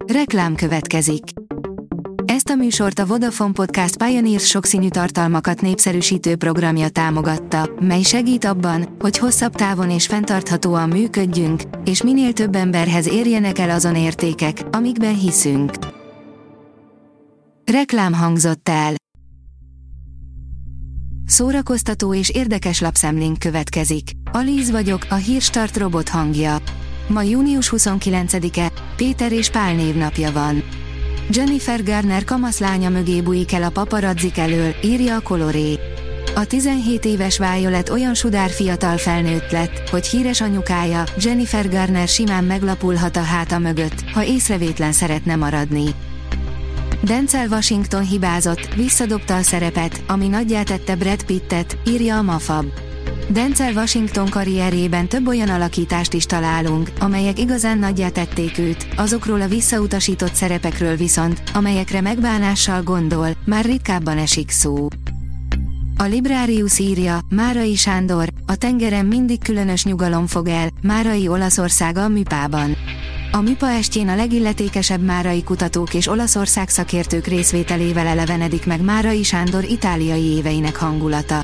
Reklám következik. Ezt a műsort a Vodafone Podcast Pioneers sokszínű tartalmakat népszerűsítő programja támogatta, mely segít abban, hogy hosszabb távon és fenntarthatóan működjünk, és minél több emberhez érjenek el azon értékek, amikben hiszünk. Reklám hangzott el. Szórakoztató és érdekes lapszemlénk következik. Alíz vagyok, a Hírstart robot hangja. Ma június 29-e, Péter és Pál névnapja van. Jennifer Garner kamaszlánya mögé bújik el a paparazzik elől, írja a Coloré. A 17 éves Violet olyan sudár fiatal felnőtt lett, hogy híres anyukája, Jennifer Garner simán meglapulhat a háta mögött, ha észrevétlen szeretne maradni. Denzel Washington hibázott, visszadobta a szerepet, ami nagyjá tette Brad Pittet, írja a Mafab. Denzel Washington karrierjében több olyan alakítást is találunk, amelyek igazán nagyjá tették őt, azokról a visszautasított szerepekről viszont, amelyekre megbánással gondol, már ritkábban esik szó. A Librarius írja, Márai Sándor, a tengeren mindig különös nyugalom fog el, Márai Olaszországa a Műpában. A Műpa estjén a legilletékesebb márai kutatók és Olaszország szakértők részvételével elevenedik meg Márai Sándor itáliai éveinek hangulata.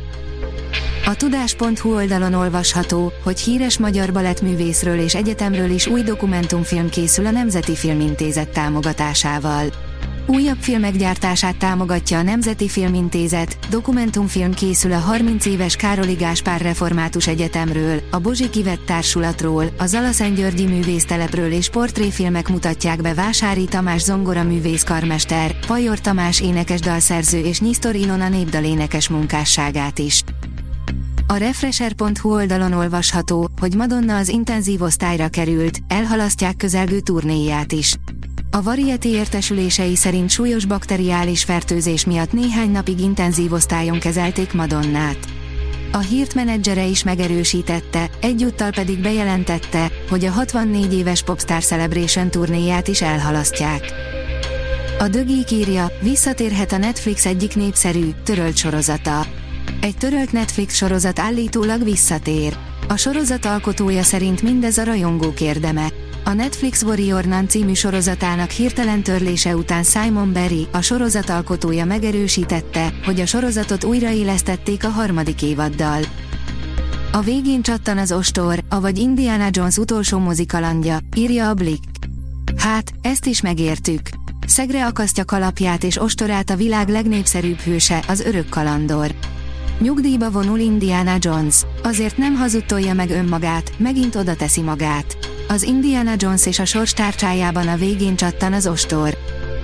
A tudás.hu oldalon olvasható, hogy híres magyar balettművészről és egyetemről is új dokumentumfilm készül a Nemzeti Filmintézet támogatásával. Újabb filmek gyártását támogatja a Nemzeti Filmintézet, dokumentumfilm készül a 30 éves Károli Gáspár Református Egyetemről, a Bozsik Ivett Társulatról, a Zalaszentgyörgyi Művésztelepről és portréfilmek mutatják be Vásári Tamás zongoraművész karmester, Pajor Tamás énekesdalszerző és Nyisztor Ilona népdalénekes munkásságát is. A Refresher.hu oldalon olvasható, hogy Madonna az intenzív osztályra került, elhalasztják közelgő turnéját is. A Variety értesülései szerint súlyos bakteriális fertőzés miatt néhány napig intenzív osztályon kezelték Madonnát. A hírt menedzsere is megerősítette, egyúttal pedig bejelentette, hogy a 64 éves Popstar Celebration turnéját is elhalasztják. A The Geek írja, visszatérhet a Netflix egyik népszerű, törölt sorozata. Egy törölt Netflix sorozat állítólag visszatér. A sorozat alkotója szerint mindez a rajongók érdeme. A Netflix Warrior Nun című sorozatának hirtelen törlése után Simon Barry, a sorozat alkotója megerősítette, hogy a sorozatot újraélesztették a 3. évaddal. A végén csattan az ostor, avagy Indiana Jones utolsó mozikalandja, írja a Blick. Hát, ezt is megértük. Szegre akasztja kalapját és ostorát a világ legnépszerűbb hőse, az örök kalandor. Nyugdíjba vonul Indiana Jones, azért nem hazudtolja meg önmagát, megint oda teszi magát. Az Indiana Jones és a sors tárcsájában a végén csattan az ostor.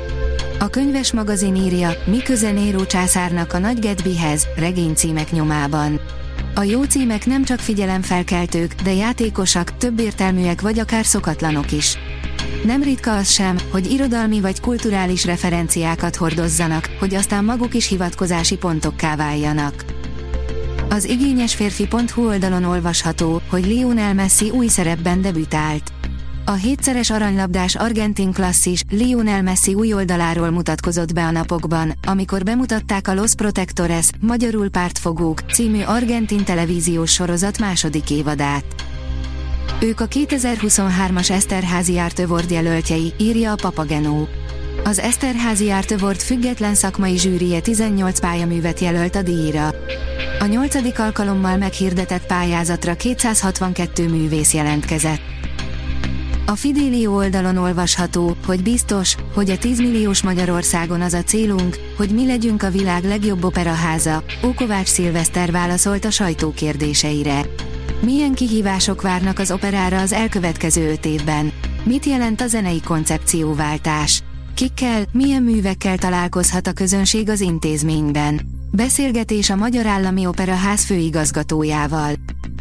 A könyves magazin írja, mi köze Néró császárnak a Nagy Gatsbyhez, regénycímek nyomában. A jó címek nem csak figyelemfelkeltők, de játékosak, többértelműek vagy akár szokatlanok is. Nem ritka az sem, hogy irodalmi vagy kulturális referenciákat hordozzanak, hogy aztán maguk is hivatkozási pontokká váljanak. Az igényesférfi.hu oldalon olvasható, hogy Lionel Messi új szerepben debütált. A 7-szeres aranylabdás argentin klasszis, Lionel Messi új oldaláról mutatkozott be a napokban, amikor bemutatták a Los Protectores, magyarul Pártfogók című argentin televíziós sorozat második évadát. Ők a 2023-as Esterházy Art Award jelöltjei, írja a Papageno. Az Esterházy Art Award független szakmai zsűrije 18 pályaművet jelölt a díjra. A 8. alkalommal meghirdetett pályázatra 262 művész jelentkezett. A Fidelio oldalon olvasható, hogy biztos, hogy a 10 milliós Magyarországon az a célunk, hogy mi legyünk a világ legjobb operaháza, Ókovács Szilveszter válaszolt a sajtó kérdéseire. Milyen kihívások várnak az operára az elkövetkező 5 évben? Mit jelent a zenei koncepcióváltás? Kikkel, milyen művekkel találkozhat a közönség az intézményben? Beszélgetés a Magyar Állami Operaház főigazgatójával.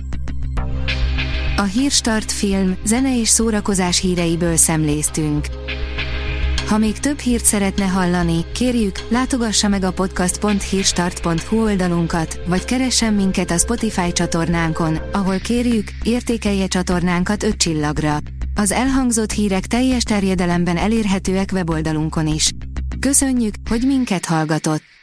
A Hírstart film, zene és szórakozás híreiből szemléztünk. Ha még több hírt szeretne hallani, kérjük, látogassa meg a podcast.hírstart.hu oldalunkat, vagy keressen minket a Spotify csatornánkon, ahol kérjük, értékelje csatornánkat 5 csillagra. Az elhangzott hírek teljes terjedelemben elérhetőek weboldalunkon is. Köszönjük, hogy minket hallgatott!